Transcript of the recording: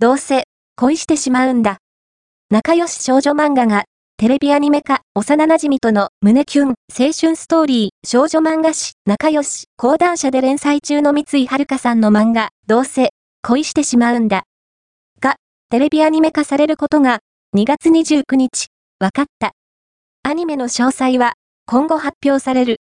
どうせ、恋してしまうんだ。仲良し少女漫画が、テレビアニメ化、幼馴染との胸キュン、青春ストーリー、少女漫画誌、仲良し、講談社で連載中の三井遥さんの漫画、どうせ、恋してしまうんだ。が、テレビアニメ化されることが、2月29日、分かった。アニメの詳細は、今後発表される。